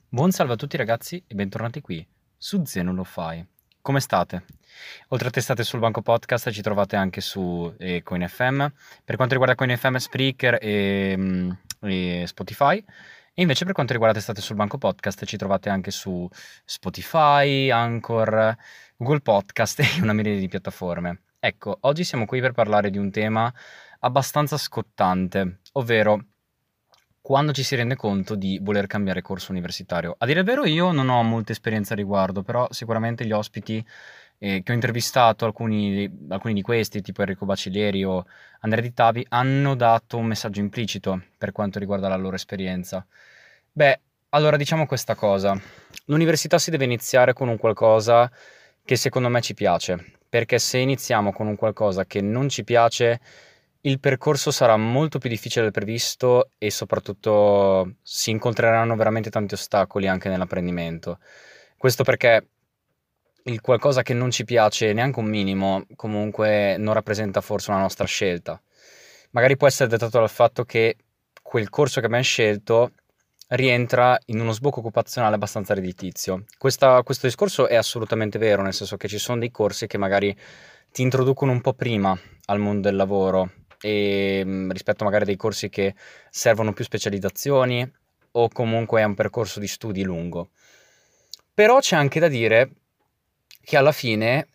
Buon salve a tutti ragazzi e bentornati qui su Zeno Lo Fai. Come state? Oltre a testate sul Banco Podcast ci trovate anche su CoinFM, per quanto riguarda CoinFM, Spreaker e Spotify, e invece per quanto riguarda testate sul Banco Podcast ci trovate anche su Spotify, Anchor, Google Podcast e una miriade di piattaforme. Ecco, oggi siamo qui per parlare di un tema abbastanza scottante, ovvero quando ci si rende conto di voler cambiare corso universitario. A dire il vero io non ho molta esperienza a riguardo, però sicuramente gli ospiti che ho intervistato, alcuni di questi, tipo Enrico Bacilieri o Andrea Di Tavi, hanno dato un messaggio implicito per quanto riguarda la loro esperienza. Beh, allora diciamo questa cosa. L'università si deve iniziare con un qualcosa che secondo me ci piace, perché se iniziamo con un qualcosa che non ci piace, il percorso sarà molto più difficile del previsto e soprattutto si incontreranno veramente tanti ostacoli anche nell'apprendimento. Questo perché il qualcosa che non ci piace neanche un minimo, comunque non rappresenta forse una nostra scelta. Magari può essere dettato dal fatto che quel corso che abbiamo scelto rientra in uno sbocco occupazionale abbastanza redditizio. Questo discorso è assolutamente vero, nel senso che ci sono dei corsi che magari ti introducono un po' prima al mondo del lavoro e rispetto magari a dei corsi che servono più specializzazioni o comunque è un percorso di studi lungo. Però c'è anche da dire che alla fine,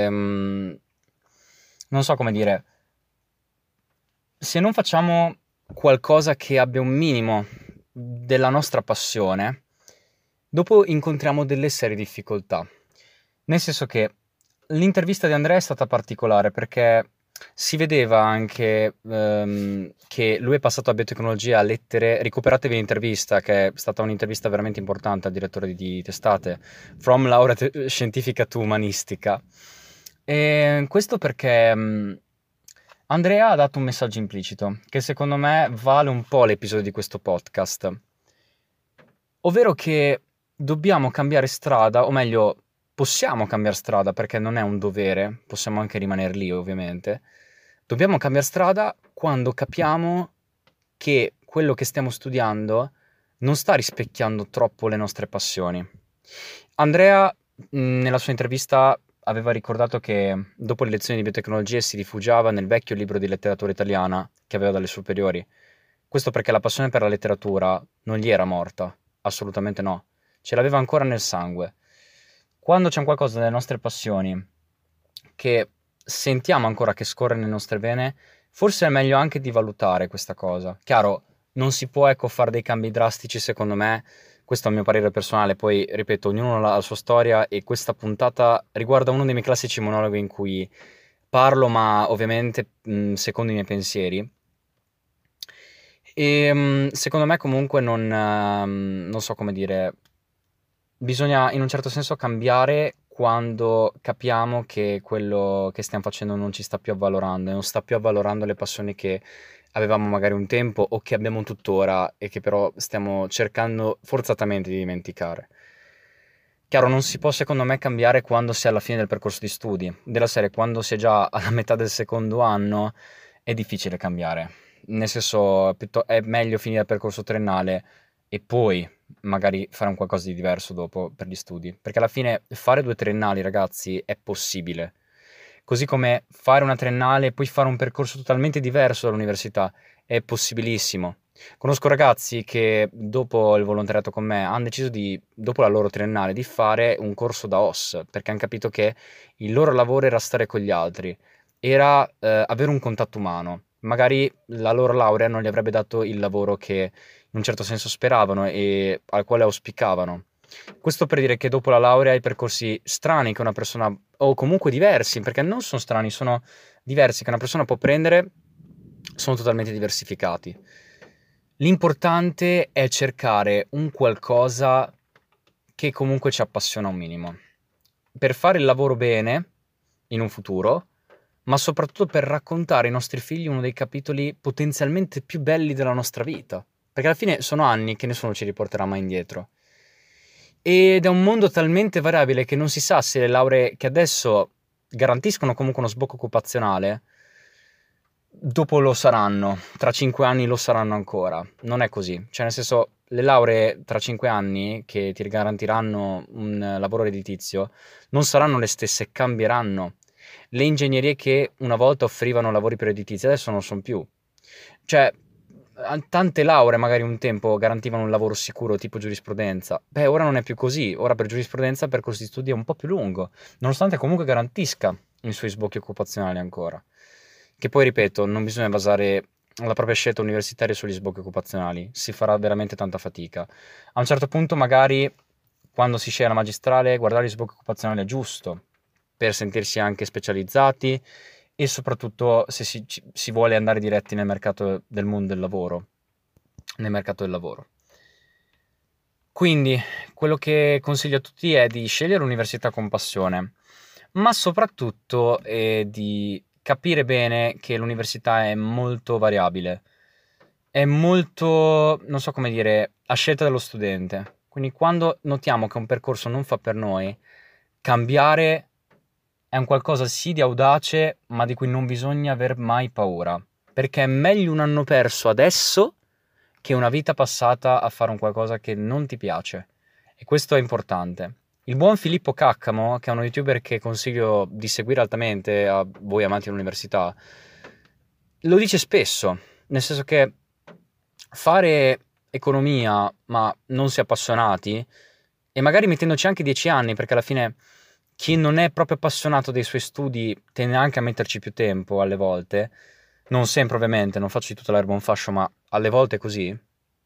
non so come dire, se non facciamo qualcosa che abbia un minimo della nostra passione, dopo incontriamo delle serie difficoltà. Nel senso che l'intervista di Andrea è stata particolare perché si vedeva anche che lui è passato a biotecnologia a lettere. Recuperatevi l'intervista, che è stata un'intervista veramente importante al direttore di testate, from laurea scientifica to umanistica. E questo perché Andrea ha dato un messaggio implicito che secondo me vale un po' l'episodio di questo podcast, ovvero che dobbiamo cambiare strada, o meglio, possiamo cambiare strada perché non è un dovere, possiamo anche rimanere lì ovviamente. Dobbiamo cambiare strada quando capiamo che quello che stiamo studiando non sta rispecchiando troppo le nostre passioni. Andrea, nella sua intervista, aveva ricordato che dopo le lezioni di biotecnologie si rifugiava nel vecchio libro di letteratura italiana che aveva dalle superiori. Questo perché la passione per la letteratura non gli era morta, assolutamente no, ce l'aveva ancora nel sangue. Quando c'è un qualcosa delle nostre passioni che sentiamo ancora che scorre nelle nostre vene, forse è meglio anche di valutare questa cosa. Chiaro, non si può, ecco, fare dei cambi drastici, secondo me, questo è il mio parere personale, poi ripeto, ognuno ha la sua storia e questa puntata riguarda uno dei miei classici monologhi in cui parlo, ma ovviamente secondo i miei pensieri. E secondo me comunque non so come dire, bisogna in un certo senso cambiare quando capiamo che quello che stiamo facendo non ci sta più avvalorando e non sta più avvalorando le passioni che avevamo magari un tempo o che abbiamo tuttora e che però stiamo cercando forzatamente di dimenticare. Chiaro, non si può secondo me cambiare quando si è alla fine del percorso di studi. Della serie, quando si è già alla metà del secondo anno, è difficile cambiare. Nel senso, è meglio finire il percorso triennale e poi magari fare un qualcosa di diverso dopo per gli studi. Perché alla fine fare 2 triennali, ragazzi, è possibile. Così come fare una triennale e poi fare un percorso totalmente diverso dall'università è possibilissimo. Conosco ragazzi che dopo il volontariato con me hanno deciso dopo la loro triennale, di fare un corso da OS, perché hanno capito che il loro lavoro era stare con gli altri, era avere un contatto umano. Magari la loro laurea non gli avrebbe dato il lavoro che in un certo senso speravano e al quale auspicavano. Questo per dire che dopo la laurea i percorsi strani che una persona, o comunque diversi, perché non sono strani, sono diversi, che una persona può prendere, sono totalmente diversificati. L'importante è cercare un qualcosa che comunque ci appassiona un minimo, per fare il lavoro bene in un futuro, ma soprattutto per raccontare ai nostri figli uno dei capitoli potenzialmente più belli della nostra vita, perché alla fine sono anni che nessuno ci riporterà mai indietro. Ed è un mondo talmente variabile che non si sa se le lauree che adesso garantiscono comunque uno sbocco occupazionale dopo lo saranno, tra 5 anni lo saranno ancora. Non è così. Cioè, nel senso, le lauree tra 5 anni che ti garantiranno un lavoro redditizio non saranno le stesse, cambieranno. Le ingegnerie che una volta offrivano lavori più redditizi adesso non sono più. Cioè, tante lauree magari un tempo garantivano un lavoro sicuro tipo giurisprudenza. Beh, ora non è più così. Ora per giurisprudenza il percorso di studi è un po' più lungo, nonostante comunque garantisca i suoi sbocchi occupazionali ancora. Che poi, ripeto, non bisogna basare la propria scelta universitaria sugli sbocchi occupazionali, si farà veramente tanta fatica. A un certo punto, magari, quando si sceglie la magistrale, guardare gli sbocchi occupazionali è giusto, per sentirsi anche specializzati e soprattutto se si vuole andare diretti nel mercato del mondo del lavoro. Nel mercato del lavoro. Quindi, quello che consiglio a tutti è di scegliere l'università con passione, ma soprattutto di capire bene che l'università è molto variabile, è molto, non so come dire, a scelta dello studente. Quindi quando notiamo che un percorso non fa per noi, cambiare è un qualcosa sì di audace, ma di cui non bisogna aver mai paura, perché è meglio un anno perso adesso che una vita passata a fare un qualcosa che non ti piace. E questo è importante. Il buon Filippo Caccamo, che è uno youtuber che consiglio di seguire altamente a voi amanti dell'università, lo dice spesso, nel senso che fare economia ma non si è appassionati, e magari mettendoci anche 10 anni, perché alla fine chi non è proprio appassionato dei suoi studi tende anche a metterci più tempo alle volte, non sempre ovviamente, non faccio di tutta l'erba un fascio, ma alle volte è così.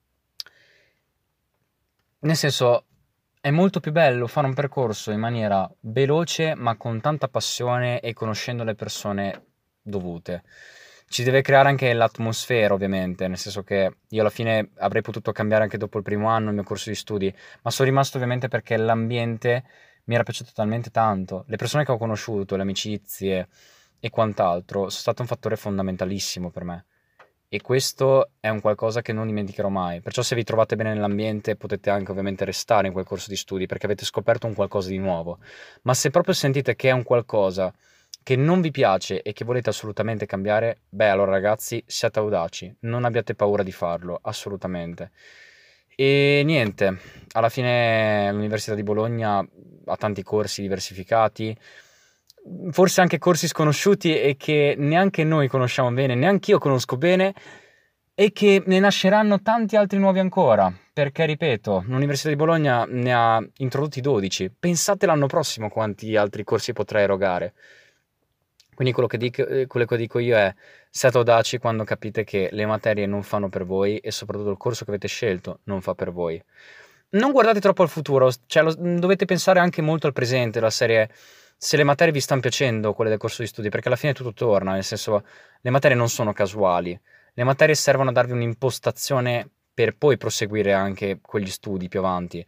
Nel senso, è molto più bello fare un percorso in maniera veloce, ma con tanta passione e conoscendo le persone dovute. Ci deve creare anche l'atmosfera, ovviamente, nel senso che io alla fine avrei potuto cambiare anche dopo il primo anno il mio corso di studi, ma sono rimasto ovviamente perché l'ambiente mi era piaciuto talmente tanto. Le persone che ho conosciuto, le amicizie e quant'altro, sono stato un fattore fondamentalissimo per me. E questo è un qualcosa che non dimenticherò mai. Perciò se vi trovate bene nell'ambiente potete anche ovviamente restare in quel corso di studi perché avete scoperto un qualcosa di nuovo. Ma se proprio sentite che è un qualcosa che non vi piace e che volete assolutamente cambiare, beh, allora ragazzi, siate audaci, non abbiate paura di farlo, assolutamente. E niente, alla fine l'Università di Bologna ha tanti corsi diversificati, forse anche corsi sconosciuti e che neanche noi conosciamo bene, neanche io conosco bene, e che ne nasceranno tanti altri nuovi ancora, perché ripeto, l'Università di Bologna ne ha introdotti 12, pensate l'anno prossimo quanti altri corsi potrà erogare. Quindi quello che dico io è: siate audaci quando capite che le materie non fanno per voi e soprattutto il corso che avete scelto non fa per voi. Non guardate troppo al futuro, cioè dovete pensare anche molto al presente, la serie se le materie vi stanno piacendo, quelle del corso di studi, perché alla fine tutto torna, nel senso le materie non sono casuali, le materie servono a darvi un'impostazione per poi proseguire anche quegli studi più avanti.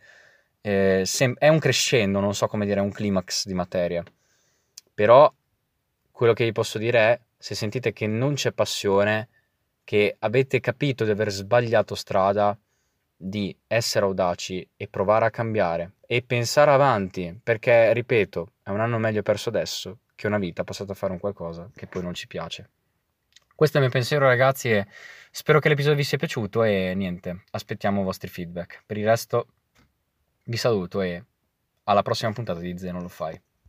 È un crescendo, non so come dire, è un climax di materia. Però quello che vi posso dire è, se sentite che non c'è passione, che avete capito di aver sbagliato strada, di essere audaci e provare a cambiare e pensare avanti, perché, ripeto, è un anno meglio perso adesso che una vita passata a fare un qualcosa che poi non ci piace. Questo è il mio pensiero, ragazzi, e spero che l'episodio vi sia piaciuto e niente, aspettiamo i vostri feedback. Per il resto vi saluto e alla prossima puntata di Zeno lo fai.